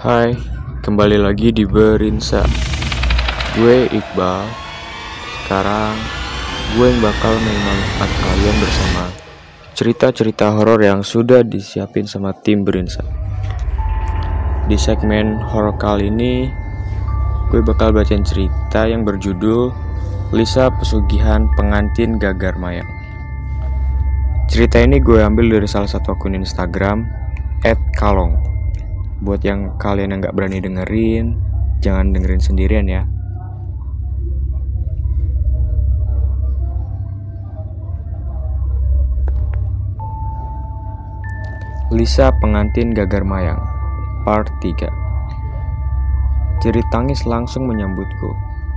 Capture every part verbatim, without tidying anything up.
Hai, kembali lagi di Berinsa. Gue Iqbal. Sekarang gue yang bakal menemani kalian bersama cerita-cerita horor yang sudah disiapin sama tim Berinsa. Di segmen horor kali ini, gue bakal bacain cerita yang berjudul Lisa Pesugihan Pengantin Gagar Mayang. Cerita ini gue ambil dari salah satu akun Instagram et kalong. Buat yang kalian yang gak berani dengerin, jangan dengerin sendirian ya. Lisa Pengantin Gagar Mayang Part tiga. Jerit tangis langsung menyambutku,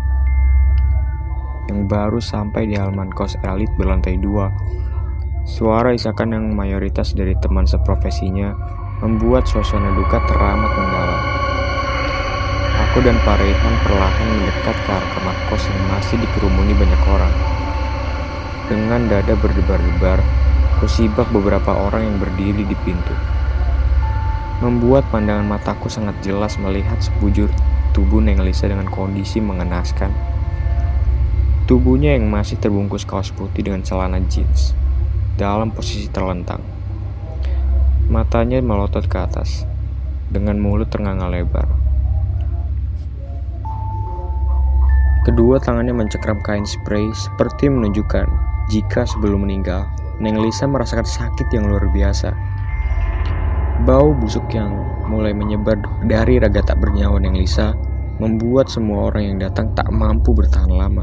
yang baru sampai di halaman kos elit berlantai dua. Suara isakan yang mayoritas dari teman seprofesinya membuat suasana duka teramat mendalam. Aku dan Pak Rehan perlahan mendekat ke arah kamar kos yang masih dikerumuni banyak orang. Dengan dada berdebar-debar, kusibak beberapa orang yang berdiri di pintu, membuat pandangan mataku sangat jelas melihat sebujur tubuh Neng Lisa dengan kondisi mengenaskan. Tubuhnya yang masih terbungkus kaos putih dengan celana jeans, dalam posisi terlentang. Matanya melotot ke atas, dengan mulut ternganga lebar. Kedua tangannya mencengkram kain spray seperti menunjukkan jika sebelum meninggal, Neng Lisa merasakan sakit yang luar biasa. Bau busuk yang mulai menyebar dari raga tak bernyawa Neng Lisa membuat semua orang yang datang tak mampu bertahan lama.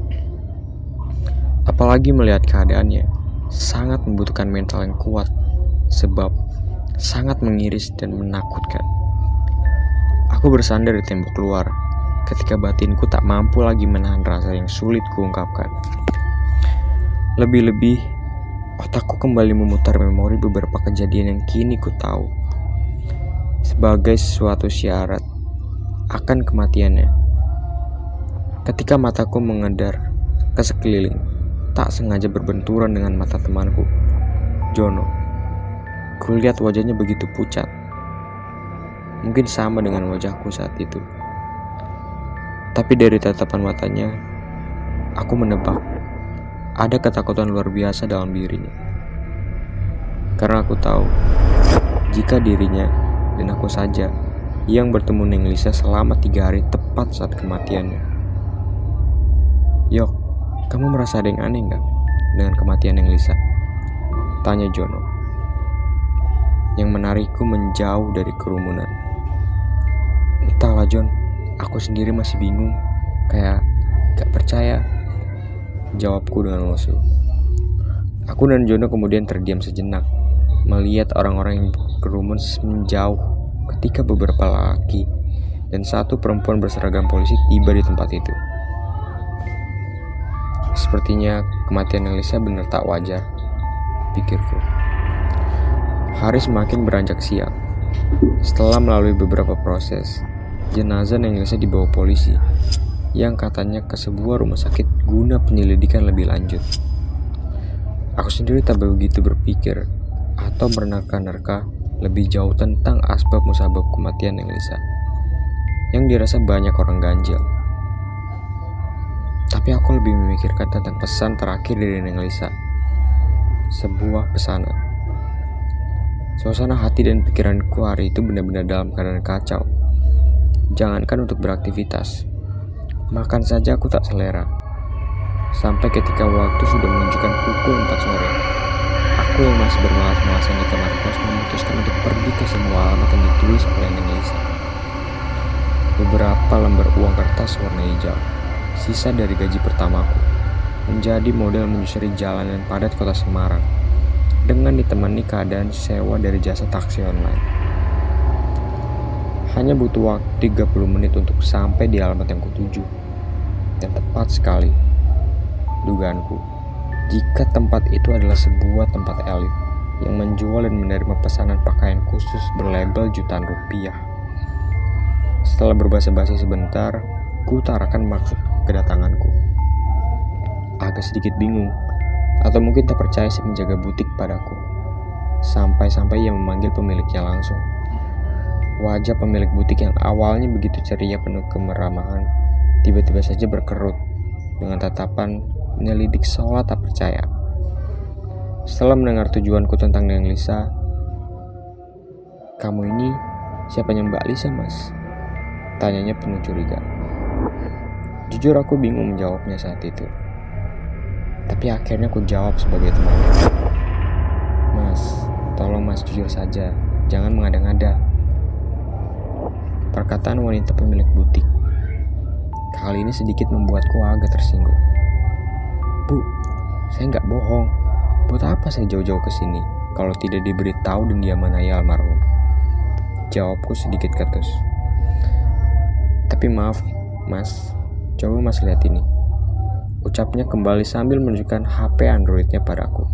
Apalagi melihat keadaannya, sangat membutuhkan mental yang kuat, sebab sangat mengiris dan menakutkan. Aku bersandar di tembok luar ketika batinku tak mampu lagi menahan rasa yang sulit kuungkapkan. Lebih-lebih, otakku kembali memutar memori beberapa kejadian yang kini ku tahu sebagai sesuatu syarat akan kematiannya. Ketika mataku mengedar ke sekeliling, tak sengaja berbenturan dengan mata temanku, Jono. Kulihat wajahnya begitu pucat, mungkin sama dengan wajahku saat itu. Tapi dari tatapan matanya, aku menebak ada ketakutan luar biasa dalam dirinya. Karena aku tahu, jika dirinya dan aku saja yang bertemu Neng Lisa selama tiga hari tepat saat kematiannya. Yok, kamu merasa ada yang aneh gak dengan kematian Neng Lisa? Tanya Jono, yang menarikku menjauh dari kerumunan. Entahlah John, aku sendiri masih bingung, kayak gak percaya, jawabku dengan lusuh. Aku dan Jono kemudian terdiam sejenak, melihat orang-orang yang kerumun menjauh ketika beberapa laki dan satu perempuan berseragam polisi tiba di tempat itu. Sepertinya kematian Lisa benar tak wajar, pikirku. Hari semakin beranjak siang. Setelah melalui beberapa proses, jenazah Neng Lisa dibawa polisi yang katanya ke sebuah rumah sakit guna penyelidikan lebih lanjut. Aku sendiri tak begitu berpikir atau menerka-nerka lebih jauh tentang asbab musabab kematian Neng Lisa yang dirasa banyak orang ganjil. Tapi aku lebih memikirkan tentang pesan terakhir dari Neng Lisa, sebuah pesanan. Suasana hati dan pikiranku hari itu benar-benar dalam keadaan kacau. Jangankan untuk beraktivitas, makan saja aku tak selera. Sampai ketika waktu sudah menunjukkan pukul empat sore, aku yang masih bermalas-malasan di kamar kos memutuskan untuk pergi ke semua alamat yang ditulis oleh Neng Lisa. Beberapa lembar uang kertas warna hijau, sisa dari gaji pertamaku, menjadi modal menyusuri jalanan padat kota Semarang dengan ditemani keadaan sewa dari jasa taksi online. Hanya butuh waktu tiga puluh menit untuk sampai di alamat yang kutuju. Dan tepat sekali, dugaanku, jika tempat itu adalah sebuah tempat elit yang menjual dan menerima pesanan pakaian khusus berlabel jutaan rupiah. Setelah berbahasa-basi sebentar, ku utarakan maksud kedatanganku. Agak sedikit bingung, atau mungkin tak percaya si penjaga butik padaku. Sampai-sampai ia memanggil pemiliknya langsung. Wajah pemilik butik yang awalnya begitu ceria penuh kemeramahan, tiba-tiba saja berkerut dengan tatapan menyelidik seolah tak percaya. Setelah mendengar tujuanku tentang Neng Lisa, "Kamu ini siapanya Mbak Lisa, Mas?" tanyanya penuh curiga. Jujur aku bingung menjawabnya saat itu. Tapi akhirnya aku jawab sebagai temannya. "Mas, tolong Mas jujur saja, jangan mengada-ngada." Perkataan wanita pemilik butik kali ini sedikit membuatku agak tersinggung. "Bu, saya nggak bohong. Buat apa saya jauh-jauh ke sini kalau tidak diberitahu dan dia menayal almarhum?" Jawabku sedikit ketus. "Tapi maaf, Mas. Coba Mas lihat ini." Ucapnya kembali sambil menunjukkan H P Androidnya padaku.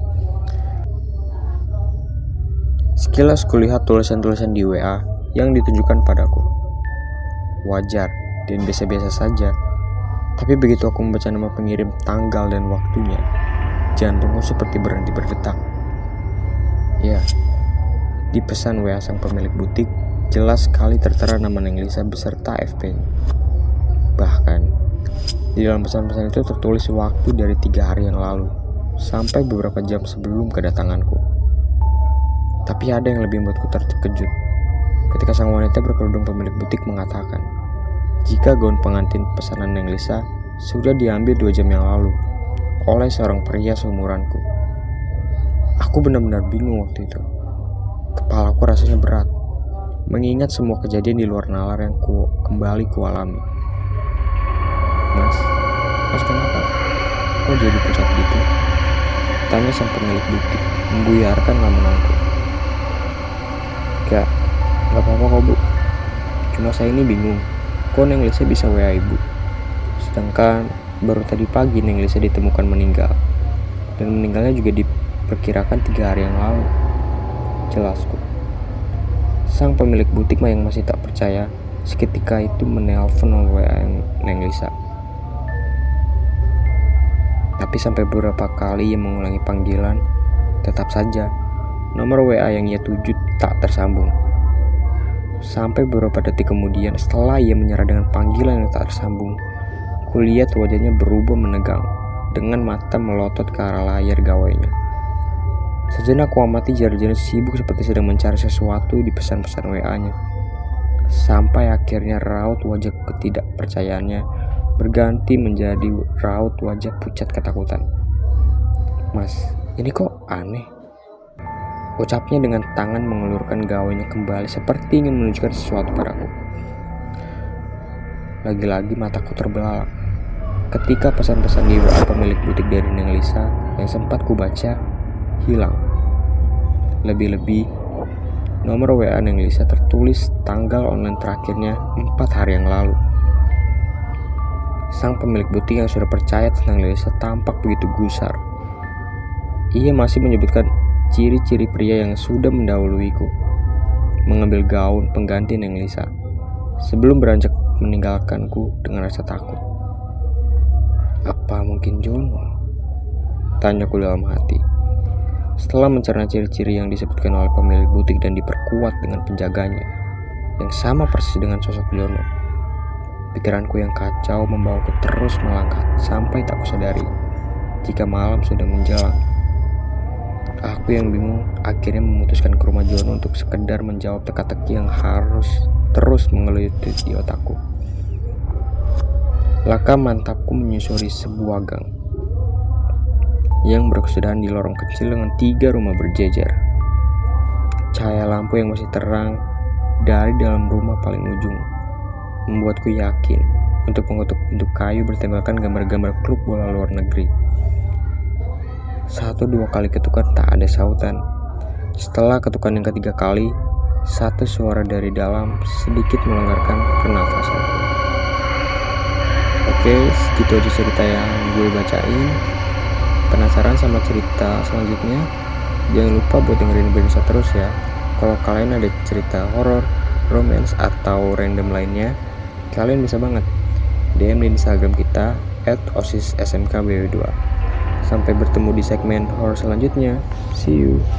Sekilas kulihat tulisan-tulisan di W A yang ditunjukkan padaku. Wajar dan biasa-biasa saja. Tapi begitu aku membaca nama pengirim, tanggal dan waktunya, jantungku seperti berhenti berdetak. Ya, di pesan W A sang pemilik butik, jelas sekali tertera nama Neng Lisa beserta F P-nya. Bahkan, di dalam pesan-pesan itu tertulis waktu dari tiga hari yang lalu, sampai beberapa jam sebelum kedatanganku. Tapi ada yang lebih membuatku terkejut, ketika sang wanita berkerudung pemilik butik mengatakan, jika gaun pengantin pesanan Neng Lisa sudah diambil dua jam yang lalu, oleh seorang pria seumuranku. Aku benar-benar bingung waktu itu. Kepalaku rasanya berat, mengingat semua kejadian di luar nalar yang ku kembali kualami. Mas, mas kenapa? Kok jadi pucat gitu? Tanya sang pemilik butik, mengguyarkan lamunanku. Gak, gak apa-apa kok Bu. Cuma saya ini bingung, kok Neng Lisa bisa W A Ibu? Sedangkan baru tadi pagi Neng Lisa ditemukan meninggal. Dan meninggalnya juga diperkirakan tiga hari yang lalu. Jelasku. Sang pemilik butik mah yang masih tak percaya, seketika itu menelpon W A Neng Lisa. Tapi sampai beberapa kali ia mengulangi panggilan, tetap saja nomor W A yang ia tuju tak tersambung. Sampai beberapa detik kemudian, setelah ia menyerah dengan panggilan yang tak tersambung, kulihat wajahnya berubah menegang, dengan mata melotot ke arah layar gawainya. Sejenak ku amati jari-jari sibuk seperti sedang mencari sesuatu di pesan-pesan W A-nya. Sampai akhirnya raut wajah ketidakpercayaannya berganti menjadi raut wajah pucat ketakutan. Mas, ini kok aneh? Ucapnya dengan tangan mengelurkan gawainya kembali seperti ingin menunjukkan sesuatu padaku. Lagi-lagi mataku terbelalak ketika pesan-pesan di W A pemilik butik dari Neng Lisa yang sempat ku baca hilang. Lebih-lebih, nomor W A Neng Lisa tertulis tanggal online terakhirnya empat hari yang lalu. Sang pemilik butik yang sudah percaya tentang Lisa tampak begitu gusar. Ia masih menyebutkan ciri-ciri pria yang sudah mendahuluiku mengambil gaun pengganti Neng Lisa sebelum beranjak meninggalkanku dengan rasa takut. Apa mungkin Jono? Tanyaku dalam hati. Setelah mencerna ciri-ciri yang disebutkan oleh pemilik butik dan diperkuat dengan penjaganya yang sama persis dengan sosok Jono, pikiranku yang kacau membawaku terus melangkah sampai tak kusadari jika malam sudah menjelang. Aku yang bingung akhirnya memutuskan ke rumah Jono untuk sekedar menjawab teka-teki yang harus terus mengeluti di otakku. Langkah mantapku menyusuri sebuah gang yang berkesudahan di lorong kecil dengan tiga rumah berjejer. Cahaya lampu yang masih terang dari dalam rumah paling ujung membuatku yakin untuk mengutuk pintu kayu bertempelkan gambar-gambar klub bola luar negeri. Satu dua kali ketukan tak ada sautan. Setelah ketukan yang ketiga kali, satu suara dari dalam sedikit melonggarkan pernafasanku. Oke, segitu aja cerita yang gue bacain. Penasaran sama cerita selanjutnya? Jangan lupa buat dengerin Bensa terus ya. Kalau kalian ada cerita horor, romance, atau random lainnya, kalian bisa banget D M di Instagram kita at osis s m k b w dua. Sampai bertemu di segmen horor selanjutnya. See you.